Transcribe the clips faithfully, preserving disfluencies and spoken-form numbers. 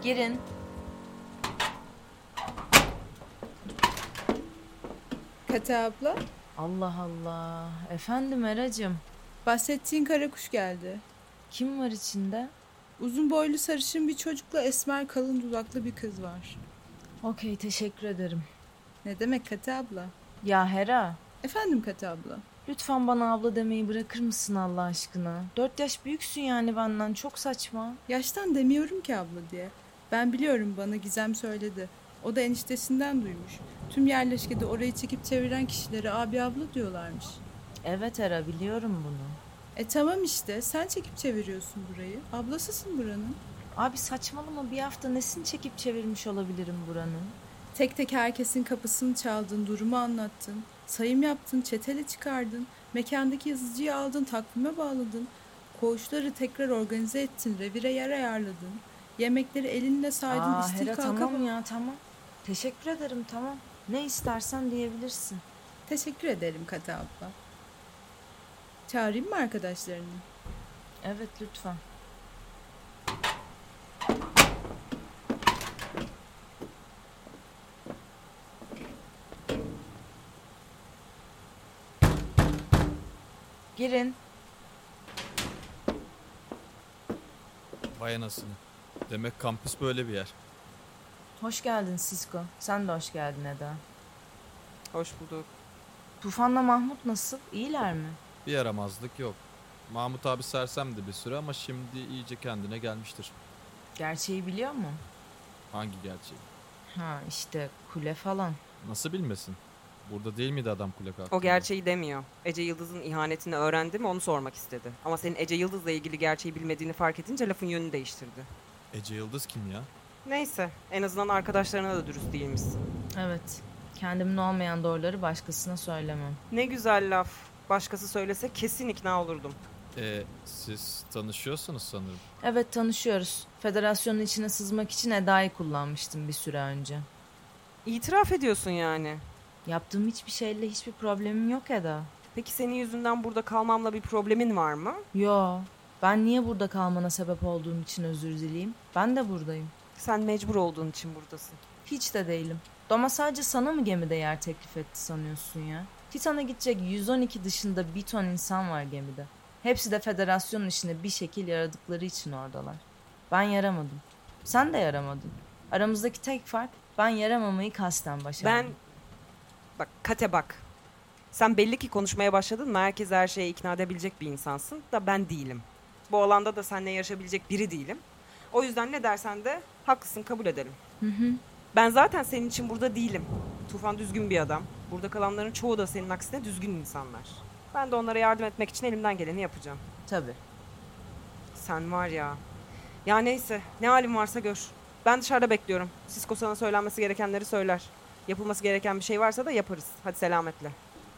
Girin. Kate abla, Allah Allah. Efendim Eracığım. bahsettiğin kara kuş geldi. Kim var içinde? Uzun boylu sarışın bir çocukla esmer kalın dudaklı bir kız var. Okey, teşekkür ederim. Ne demek Kate abla? Ya Hera, Efendim Kate abla. lütfen bana abla demeyi bırakır mısın Allah aşkına? Dört yaş büyüksün yani benden, çok saçma. Yaştan demiyorum ki abla diye. Ben biliyorum, bana Gizem söyledi. O da eniştesinden duymuş. Tüm yerleşkede orayı çekip çeviren kişilere abi abla diyorlarmış. Evet Hera, biliyorum bunu. E tamam işte, sen çekip çeviriyorsun burayı. Ablasısın buranın. Abi saçmalama, bir hafta nesini çekip çevirmiş olabilirim buranın? Tek tek herkesin kapısını çaldın, durumu anlattın. Sayım yaptın, çetele çıkardın. Mekandaki yazıcıyı aldın, takvime bağladın. Koğuşları tekrar organize ettin, revire yer ayarladın. Yemekleri elinle saydın, Aa Hera, istilkaka... tamam ya, tamam. Teşekkür ederim, tamam. Ne istersen diyebilirsin. Teşekkür ederim Kate abla. Çağırayım mı arkadaşlarını? Evet, lütfen. Girin. Vay anasını. Demek kampüs böyle bir yer. Hoş geldin Sisko. Sen de hoş geldin Eda. Hoş bulduk. Tufan'la Mahmut nasıl? İyiler mi? Bir yaramazlık yok. Mahmut abi sersemdi bir süre ama şimdi iyice kendine gelmiştir. Gerçeği biliyor mu? Hangi gerçeği? Ha işte kule falan. Nasıl bilmesin? Burada değil miydi adam kule kalktığında? O gerçeği demiyor. Ece Yıldız'ın ihanetini öğrendi mi onu sormak istedi. Ama senin Ece Yıldız'la ilgili gerçeği bilmediğini fark edince lafın yönünü değiştirdi. Ece Yıldız kim ya? Neyse, en azından arkadaşlarına da dürüst değilmişsin. Evet. Kendimin olmayan doğruları başkasına söylemem. Ne güzel laf. Başkası söylese kesin ikna olurdum. Ee, siz tanışıyorsunuz sanırım. Evet, tanışıyoruz. Federasyonun içine sızmak için Eda'yı kullanmıştım bir süre önce. İtiraf ediyorsun yani. Yaptığım hiçbir şeyle hiçbir problemim yok Eda. Peki senin yüzünden burada kalmamla bir problemin var mı? Yo. Ben niye burada kalmana sebep olduğum için özür dileyeyim? Ben de buradayım. Sen mecbur olduğun için buradasın. Hiç de değilim. Doma sadece sana mı gemide yer teklif etti sanıyorsun ya? Titan'a gidecek yüz on iki dışında bir ton insan var gemide. Hepsi de federasyonun işine bir şekil yaradıkları için oradalar. Ben yaramadım. Sen de yaramadın. Aramızdaki tek fark, ben yaramamayı kasten başardım. Ben... Bak Kate bak. Sen belli ki konuşmaya başladın mı herkes her şeye ikna edebilecek bir insansın da ben değilim. Bu alanda da seninle yarışabilecek biri değilim. O yüzden ne dersen de haklısın, kabul edelim. Hı hı. Ben zaten senin için burada değilim. Tufan düzgün bir adam. Burada kalanların çoğu da senin aksine düzgün insanlar. Ben de onlara yardım etmek için elimden geleni yapacağım. Tabii. Sen var ya. Ya neyse, ne halin varsa gör. Ben dışarıda bekliyorum. Sisko sana söylenmesi gerekenleri söyler. Yapılması gereken bir şey varsa da yaparız. Hadi selametle.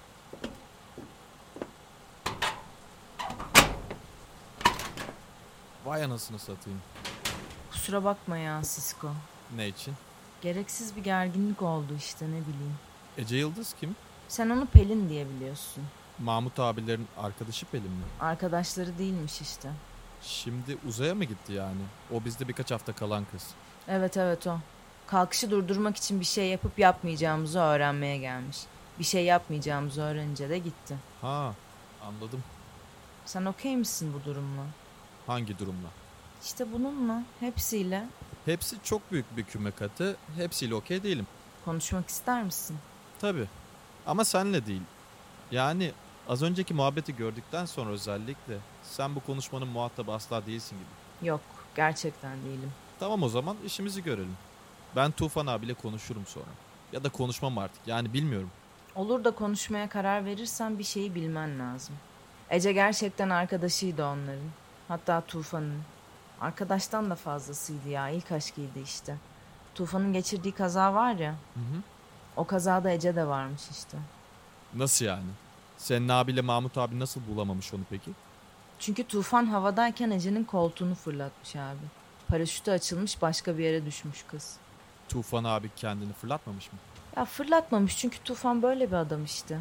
Vay anasını satayım. Kusura bakma ya Sisko. Ne için? Gereksiz bir gerginlik oldu işte, ne bileyim. Ece Yıldız kim? Sen onu Pelin diye biliyorsun. Mahmut abilerin arkadaşı Pelin mi? Arkadaşları değilmiş işte. Şimdi uzaya mı gitti yani? O bizde birkaç hafta kalan kız. Evet evet o. Kalkışı durdurmak için bir şey yapıp yapmayacağımızı öğrenmeye gelmiş. Bir şey yapmayacağımızı öğrenince de gitti. Ha, anladım. Sen okey misin bu durumla? Hangi durumla? İşte bununla, hepsiyle. Hepsi çok büyük bir küme katı. Hepsiyle okey değilim. Konuşmak ister misin? Tabii. Ama senle değil. Yani az önceki muhabbeti gördükten sonra özellikle sen bu konuşmanın muhatabı asla değilsin gibi. Yok, gerçekten değilim. Tamam, o zaman işimizi görelim. Ben Tufan abiyle konuşurum sonra. Ya da konuşmam artık, yani bilmiyorum. Olur da konuşmaya karar verirsen bir şeyi bilmen lazım. Ece gerçekten arkadaşıydı onların. Hatta Tufan'ın. Arkadaştan da fazlasıydı ya, ilk aşkıydı işte. Tufan'ın geçirdiği kaza var ya. Hı hı. O kazada Ece de varmış işte. Nasıl yani? Senin abiyle Mahmut abi nasıl bulamamış onu peki? Çünkü Tufan havadayken Ece'nin koltuğunu fırlatmış abi. Paraşütü açılmış, başka bir yere düşmüş kız. Tufan abi kendini fırlatmamış mı? Ya fırlatmamış çünkü Tufan böyle bir adam işte.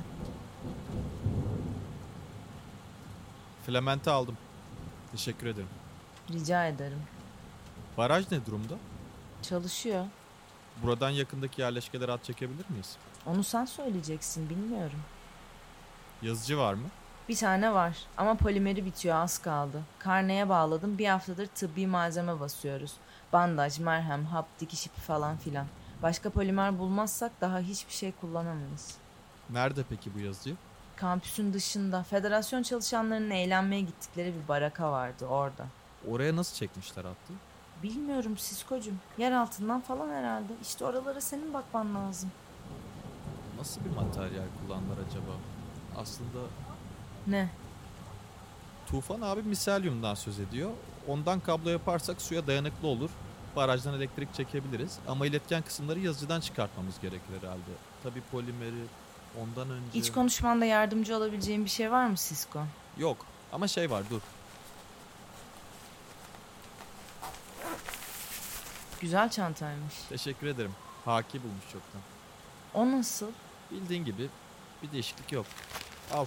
Filamenti aldım. Teşekkür ederim. Rica ederim. Baraj ne durumda? Çalışıyor. Buradan yakındaki yerleşkelere at çekebilir miyiz? Onu sen söyleyeceksin, bilmiyorum. Yazıcı var mı? Bir tane var ama polimeri bitiyor, az kaldı. Karneye bağladım, bir haftadır tıbbi malzeme basıyoruz. Bandaj, merhem, hap, dikiş ipi falan filan. Başka polimer bulmazsak daha hiçbir şey kullanamayız. Nerede peki bu yazıcı? Kampüsün dışında federasyon çalışanlarının eğlenmeye gittikleri bir baraka vardı orada. Oraya nasıl çekmişler attı? Bilmiyorum Siskocum. Yer altından falan herhalde. İşte oralara senin bakman lazım. Nasıl bir materyal kullandılar acaba? Aslında Ne? Tufan abi miselyumdan söz ediyor. Ondan kablo yaparsak suya dayanıklı olur. Barajdan elektrik çekebiliriz. Ama iletken kısımları yazıcıdan çıkartmamız gerekir herhalde. Tabii polimeri ondan önce... İç konuşmanda yardımcı olabileceğin bir şey var mı Sisko? Yok ama şey var, dur. Güzel çantaymış. Teşekkür ederim. Haki bulmuş çoktan. O nasıl? Bildiğin gibi bir değişiklik yok. Al,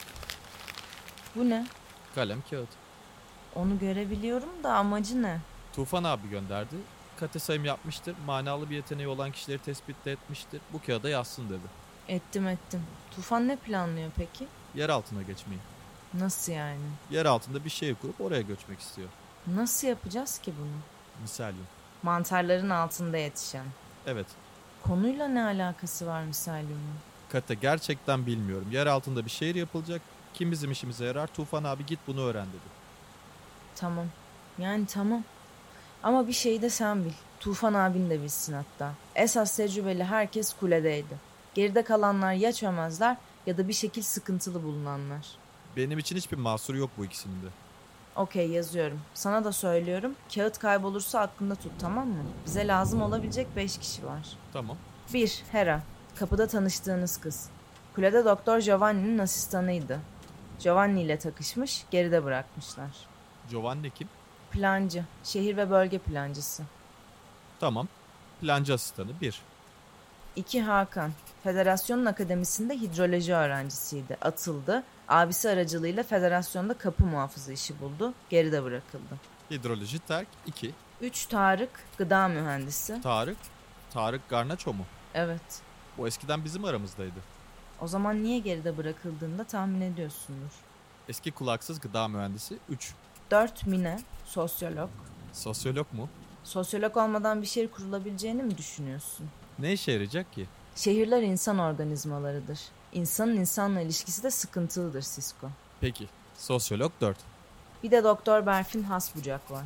Bu ne? kalem kağıt. Onu görebiliyorum da amacı ne? Tufan abi gönderdi. Kate sayım yapmıştır. Manalı bir yeteneği olan kişileri tespit de etmiştir. Bu kağıda yazsın dedi. Ettim ettim. Tufan ne planlıyor peki? Yer altına geçmeyi. Nasıl yani? Yer altında bir şey kurup oraya göçmek istiyor. Nasıl yapacağız ki bunu? Misalyum. Mantarların altında yetişen. Evet. Konuyla ne alakası var misalyumun? Kate gerçekten bilmiyorum. Yer altında bir şehir yapılacak. Kim bizim işimize yarar? Tufan abi git bunu öğren dedi. Tamam. Yani tamam. Ama bir şeyi de sen bil. Tufan abin de bilsin hatta. Esas tecrübeli herkes kuledeydi. Geride kalanlar ya çömezler ya da bir şekil sıkıntılı bulunanlar. Benim için hiçbir mahsur yok bu ikisinin de. Okey, yazıyorum. Sana da söylüyorum. Kağıt kaybolursa aklında tut, tamam mı? Bize lazım olabilecek beş kişi var. Tamam. bir. Hera. Kapıda tanıştığınız kız. Kulede Doktor Giovanni'nin asistanıydı. Giovanni ile takışmış, geride bırakmışlar. Giovanni kim? Plancı. Şehir ve bölge plancısı. Tamam. Plancı asistanı bir. iki. Hakan. Federasyonun akademisinde hidroloji öğrencisiydi. Atıldı. Abisi aracılığıyla federasyonda kapı muhafızı işi buldu. Geride bırakıldı. Hidroloji terk iki. üç. Tarık. Gıda mühendisi. Tarık. Tarık Garnaço mu? Evet. O eskiden bizim aramızdaydı. O zaman niye geride bırakıldığını da tahmin ediyorsundur. Eski kulaksız gıda mühendisi üç. dört. Mine. Sosyolog. Sosyolog mu? Sosyolog olmadan bir şehir kurulabileceğini mi düşünüyorsun? Ne işe yarayacak ki? Şehirler insan organizmalarıdır. İnsanın insanla ilişkisi de sıkıntılıdır Sisko. Peki. Sosyolog dört. Bir de Doktor Berfin Hasbucak var.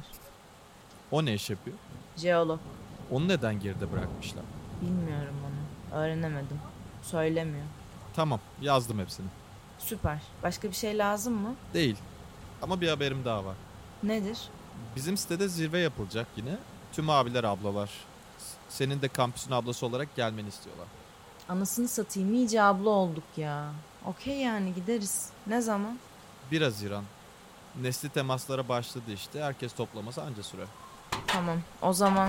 O ne iş yapıyor? Jeolog. Onu neden geride bırakmışlar? Bilmiyorum onu. Öğrenemedim. Söylemiyor. Tamam, yazdım hepsini. Süper. Başka bir şey lazım mı? Değil. Ama bir haberim daha var. Nedir? Bizim sitede zirve yapılacak yine. Tüm abiler ablalar. Senin de kampüsün ablası olarak gelmeni istiyorlar. Anasını satayım, iyice abla olduk ya. Okey yani, gideriz. Ne zaman? bir Haziran. Nesli temaslara başladı işte. Herkes toplaması anca sürer. Tamam. O zaman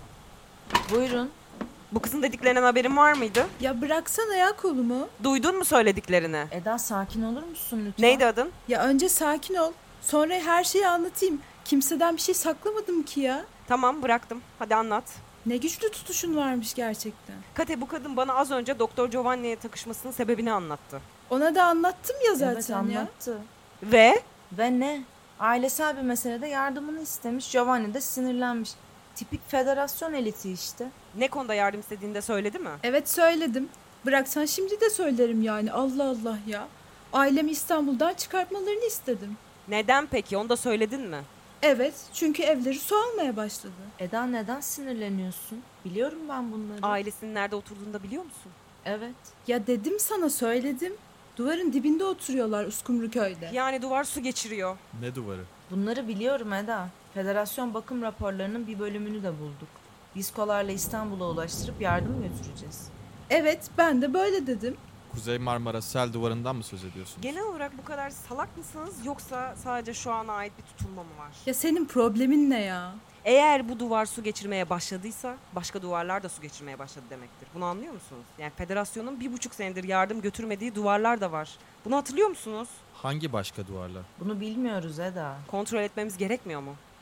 buyurun. Bu kızın dediklerinden haberin var mıydı? Ya bıraksana ya kolumu. Duydun mu söylediklerini? Eda, sakin olur musun lütfen? Neydi adın? Ya önce sakin ol. Sonra her şeyi anlatayım. Kimseden bir şey saklamadım ki ya. Tamam, bıraktım. Hadi anlat. Ne güçlü tutuşun varmış gerçekten. Kate, bu kadın bana az önce Doktor Giovanni'ye takışmasının sebebini anlattı. Ona da anlattım ya zaten Evet, ya. anlattı. Ve Ve ne? Ailesel bir meselede yardımını istemiş. Giovanni de sinirlenmiş. Tipik federasyon eliti işte. ne konuda yardım istediğini de söyledi mi? Evet söyledim. Bıraksan şimdi de söylerim yani. Allah Allah ya. Ailemi İstanbul'dan çıkartmalarını istedim. Neden peki? Onu da söyledin mi? Evet, çünkü evleri su almaya başladı. Eda, neden sinirleniyorsun? Biliyorum ben bunları. Ailesinin nerede oturduğunu da biliyor musun? Evet. Ya dedim sana, söyledim. Duvarın dibinde oturuyorlar Uskumruköy'de. Yani duvar su geçiriyor. Ne duvarı? Bunları biliyorum Eda. Federasyon bakım raporlarının bir bölümünü de bulduk. Diskolarla İstanbul'a ulaştırıp yardım götüreceğiz. Evet, ben de böyle dedim. Kuzey Marmara sel duvarından mı söz ediyorsun? Genel olarak bu kadar salak mısınız, yoksa sadece şu ana ait bir tutulma mı var? Ya senin problemin ne ya? Eğer bu duvar su geçirmeye başladıysa başka duvarlar da su geçirmeye başladı demektir. Bunu anlıyor musunuz? Yani federasyonun bir buçuk senedir yardım götürmediği duvarlar da var. Bunu hatırlıyor musunuz? Hangi başka duvarlar? Bunu bilmiyoruz Eda. Kontrol etmemiz gerekmiyor mu?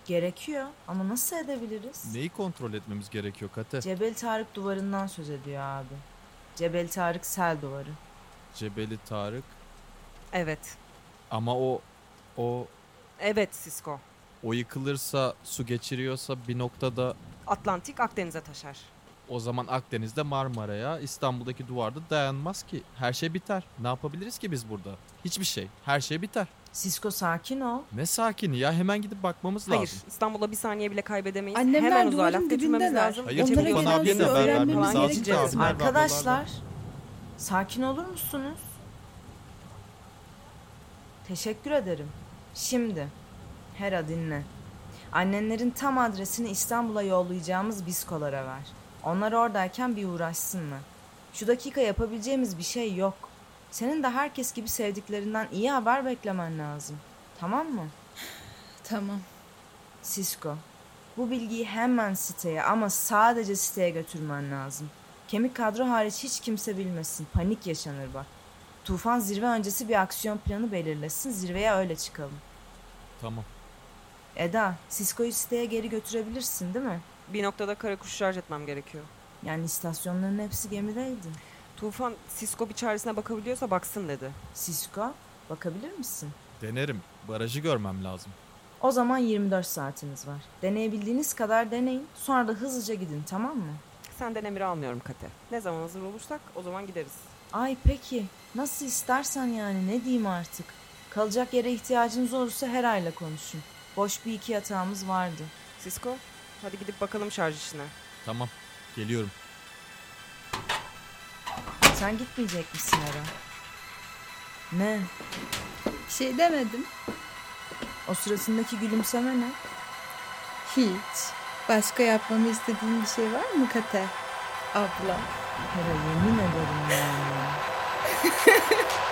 Gerekiyor ama nasıl edebiliriz? Neyi kontrol etmemiz gerekiyor Kate? Cebel Tarık duvarından söz ediyor abi. Cebel Tarık sel duvarı. Cebeli Tarık. Evet. Ama o o Evet Sisko. o yıkılırsa, su geçiriyorsa bir noktada Atlantik Akdeniz'e taşar. o zaman Akdeniz'de Marmara'ya, İstanbul'daki duvarda dayanmaz ki. Her şey biter. Ne yapabiliriz ki biz burada? Hiçbir şey. Her şey biter. Sisko sakin ol. Ne sakini ya, hemen gidip bakmamız Hayır, lazım. İstanbul'a bir saniye bile kaybedemeyiz. Annemler Hemen uzağa duvarın laf götürmemiz dibindeler. lazım. Hayır, Onlara Tufan gelen abiye de suyu haber öğrenmemiz vermemiz lazım ki gerekecek. abiler ve Arkadaşlar sakin olur musunuz? Teşekkür ederim. Şimdi Hera dinle. Annenlerin tam adresini İstanbul'a yollayacağımız biskolara ver. Onlar oradayken bir uğraşsınlar. Şu dakika yapabileceğimiz bir şey yok. Senin de herkes gibi sevdiklerinden iyi haber beklemen lazım. Tamam mı? Tamam. Sisko, bu bilgiyi hemen siteye ama sadece siteye götürmen lazım. Kemik kadro hariç hiç kimse bilmesin. Panik yaşanır bak. Tufan zirve öncesi bir aksiyon planı belirlesin. Zirveye öyle çıkalım. Tamam. Eda, Sisko'yu siteye geri götürebilirsin değil mi? Bir noktada kara kuş şarj etmem gerekiyor. Yani istasyonların hepsi gemideydi. Tufan, Sisko bir çaresine bakabiliyorsa baksın dedi. Sisko, bakabilir misin? Denerim. Barajı görmem lazım. O zaman yirmi dört saatiniz var. Deneyebildiğiniz kadar deneyin. Sonra da hızlıca gidin, tamam mı? Senden emir almıyorum Kate. Ne zaman hazır olursak o zaman gideriz. Ay peki. Nasıl istersen yani, ne diyeyim artık. Kalacak yere ihtiyacınız olursa Hera'yla konuşun. Boş bir iki yatağımız vardı. Sisko, hadi gidip bakalım şarj işine. Tamam. Geliyorum. Sen gitmeyecek misin Hera? Ne? Bir şey demedim. O suratındaki gülümseme ne? Hiç. Başka yapmamı istediğin bir şey var mı Kate? Abla. Hera yemin ederim yani.